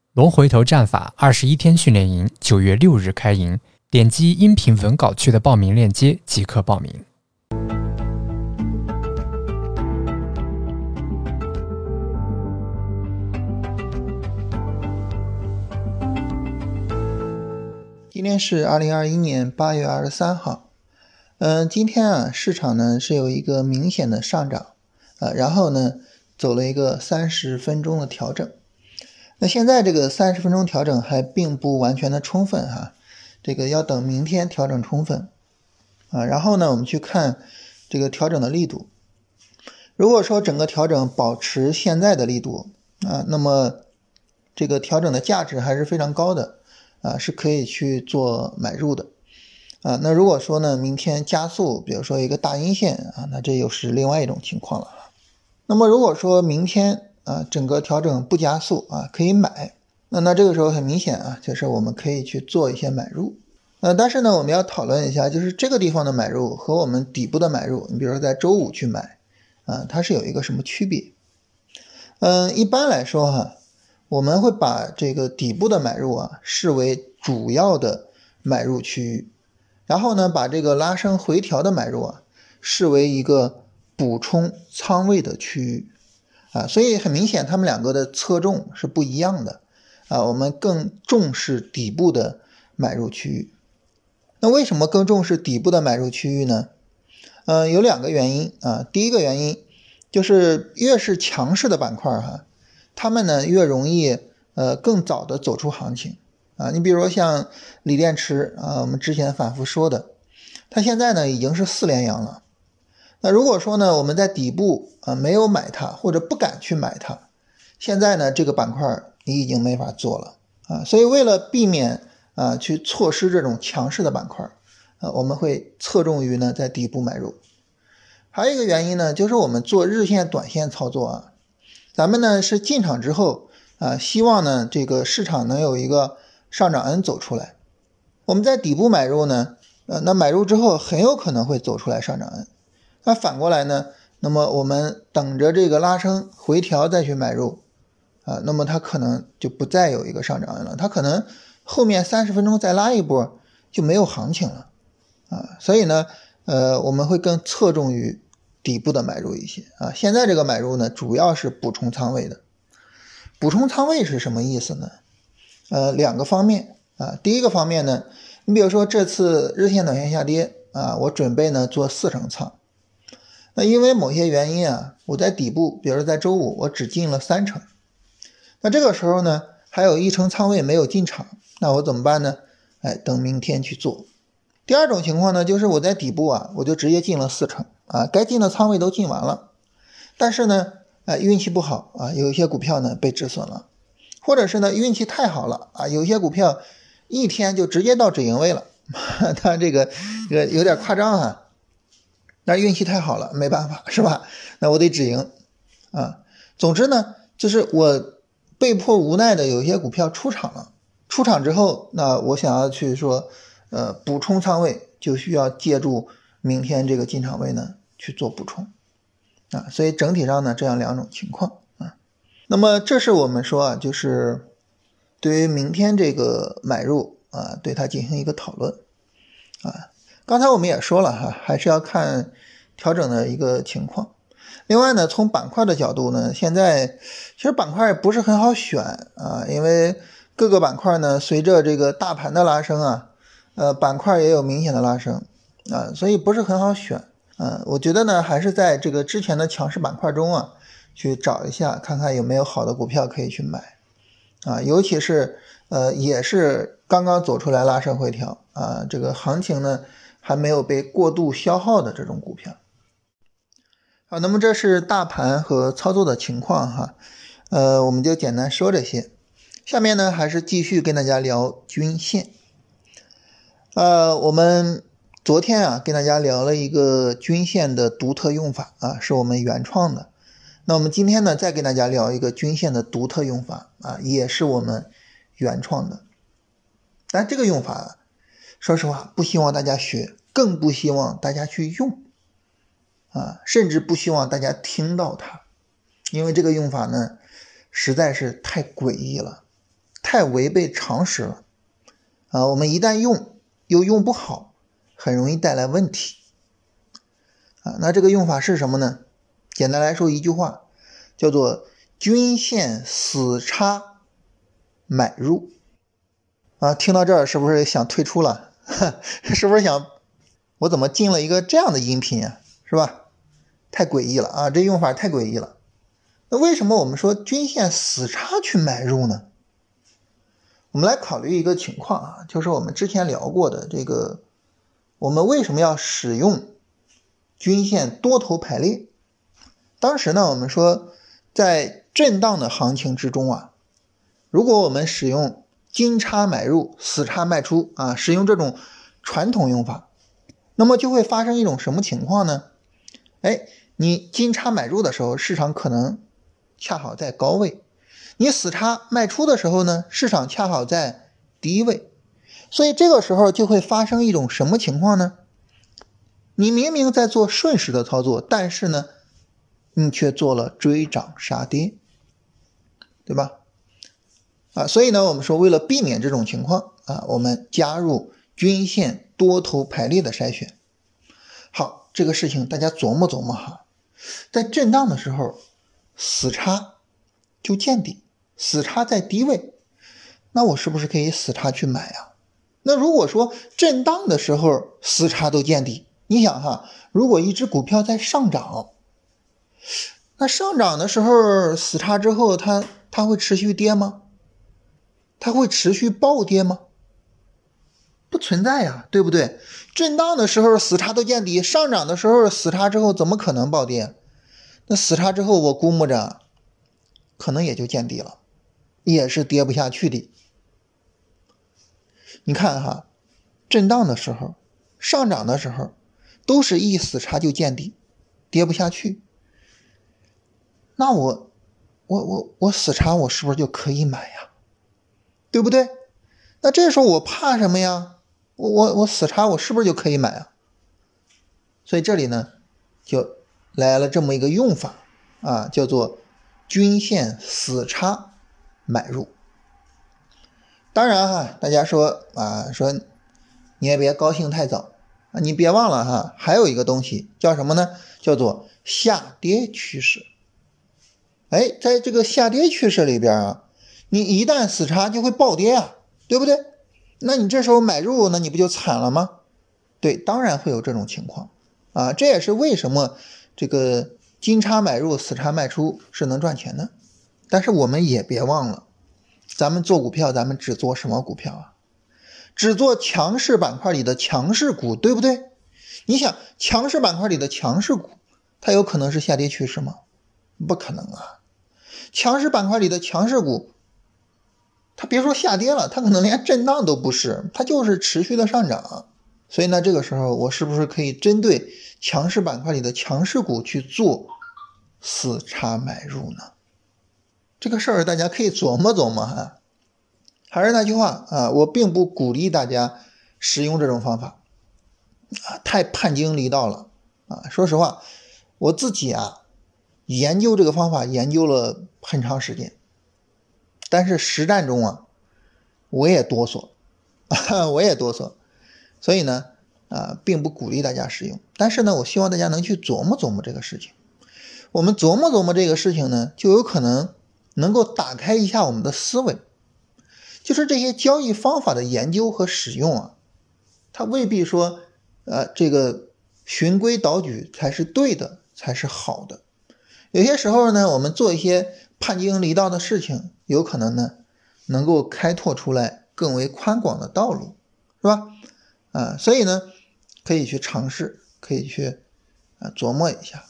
龙回头战法21天训练营9月6日开营，点击音频文稿区的报名链接即可报名。 今天是2021年8月23号。今天市场呢是有一个明显的上涨然后呢走了一个30分钟的调整。那现在这个30分钟调整还并不完全的充分这个要等明天调整充分然后呢我们去看这个调整的力度。如果说整个调整保持现在的力度那么这个调整的价值还是非常高的是可以去做买入的那如果说呢明天加速，比如说一个大阴线那这又是另外一种情况了。那么如果说明天整个调整不加速可以买，那这个时候很明显就是我们可以去做一些买入。但是呢我们要讨论一下，就是这个地方的买入和我们底部的买入，你比如说在周五去买它是有一个什么区别。一般来说我们会把这个底部的买入视为主要的买入区域，然后呢把这个拉升回调的买入视为一个补充仓位的区域所以很明显他们两个的侧重是不一样的我们更重视底部的买入区域。那为什么更重视底部的买入区域呢？有两个原因第一个原因就是越是强势的板块他们呢越容易更早的走出行情你比如说像锂电池我们之前反复说的，它现在呢已经是4连阳了。那如果说呢我们在底部没有买它，或者不敢去买它，现在呢这个板块你已经没法做了所以为了避免去错失这种强势的板块我们会侧重于呢在底部买入。还有一个原因呢，就是我们做日线短线操作咱们呢是进场之后希望呢这个市场能有一个上涨 N 走出来。我们在底部买入呢那买入之后很有可能会走出来上涨 N。那反过来呢，那么我们等着这个拉升回调再去买入那么它可能就不再有一个上涨 N 了，它可能后面30分钟再拉一波就没有行情了所以呢我们会更侧重于底部的买入一些现在这个买入呢主要是补充仓位的。补充仓位是什么意思呢？两个方面第一个方面呢，你比如说这次日线短线下跌我准备呢做4成仓。那因为某些原因我在底部，比如说在周五我只进了3成，那这个时候呢还有1成仓位没有进场，那我怎么办呢？等明天去做。第二种情况呢，就是我在底部我就直接进了4成该进的仓位都进完了，但是呢运气不好有一些股票呢被止损了，或者是呢运气太好了有一些股票一天就直接到止盈位了它这个有点夸张那运气太好了没办法是吧？那我得止盈总之呢就是我被迫无奈的有一些股票出场了，出场之后那我想要去说补充仓位，就需要借助明天这个进场位呢去做补充所以整体上呢这样两种情况那么这是我们说就是对于明天这个买入对它进行一个讨论刚才我们也说了还是要看调整的一个情况。另外呢从板块的角度呢，现在其实板块不是很好选因为各个板块呢随着这个大盘的拉升板块也有明显的拉升所以不是很好选我觉得呢还是在这个之前的强势板块中去找一下，看看有没有好的股票可以去买尤其是也是刚刚走出来拉升回调这个行情呢还没有被过度消耗的这种股票。好，那么这是大盘和操作的情况我们就简单说这些。下面呢还是继续跟大家聊均线。我们昨天跟大家聊了一个均线的独特用法是我们原创的。那我们今天呢再跟大家聊一个均线的独特用法也是我们原创的。但这个用法说实话不希望大家学，更不希望大家去用甚至不希望大家听到它，因为这个用法呢实在是太诡异了太违背常识了我们一旦用又用不好，很容易带来问题那这个用法是什么呢？简单来说一句话，叫做均线死叉买入听到这儿是不是想退出了？是不是想我怎么进了一个这样的音频是吧？太诡异了这用法太诡异了。那为什么我们说均线死叉去买入呢？我们来考虑一个情况就是我们之前聊过的这个，我们为什么要使用均线多头排列？当时呢，我们说在震荡的行情之中如果我们使用金叉买入死叉卖出使用这种传统用法，那么就会发生一种什么情况呢？你金叉买入的时候，市场可能恰好在高位，你死叉卖出的时候呢，市场恰好在低位，所以这个时候就会发生一种什么情况呢？你明明在做顺势的操作，但是呢你却做了追涨杀跌，对吧？所以呢我们说为了避免这种情况我们加入均线多头排列的筛选。好，这个事情大家琢磨琢磨在震荡的时候死叉就见底，死叉在低位，那我是不是可以死叉去买那如果说震荡的时候死叉都见底，你想如果一只股票在上涨，那上涨的时候死叉之后它会持续跌吗？它会持续暴跌吗？不存在对不对？震荡的时候死叉都见底，上涨的时候死叉之后怎么可能暴跌？那死叉之后我估摸着可能也就见底了，也是跌不下去的。你看震荡的时候上涨的时候都是一死叉就见底，跌不下去，那我死叉我是不是就可以买对不对？那这时候我怕什么呀？我死叉我是不是就可以买所以这里呢就来了这么一个用法叫做均线死叉买入。当然大家说说你也别高兴太早你别忘了还有一个东西叫什么呢？叫做下跌趋势。在这个下跌趋势里边你一旦死叉就会暴跌对不对？那你这时候买入，那你不就惨了吗？对，当然会有这种情况这也是为什么这个金叉买入死叉卖出是能赚钱的。但是我们也别忘了，咱们做股票咱们只做什么股票只做强势板块里的强势股，对不对？你想强势板块里的强势股它有可能是下跌趋势吗？不可能强势板块里的强势股它别说下跌了，它可能连震荡都不是，它就是持续的上涨。所以呢这个时候我是不是可以针对强势板块里的强势股去做死叉买入呢？这个事儿大家可以琢磨琢磨还是那句话我并不鼓励大家使用这种方法太叛经离道了说实话我自己研究这个方法研究了很长时间，但是实战中我也哆嗦所以呢并不鼓励大家使用。但是呢我希望大家能去琢磨琢磨这个事情。我们琢磨琢磨这个事情呢，就有可能够打开一下我们的思维。就是这些交易方法的研究和使用它未必说这个循规蹈矩才是对的，才是好的。有些时候呢我们做一些叛经离道的事情，有可能呢能够开拓出来更为宽广的道路，是吧所以呢可以去尝试，可以去琢磨一下。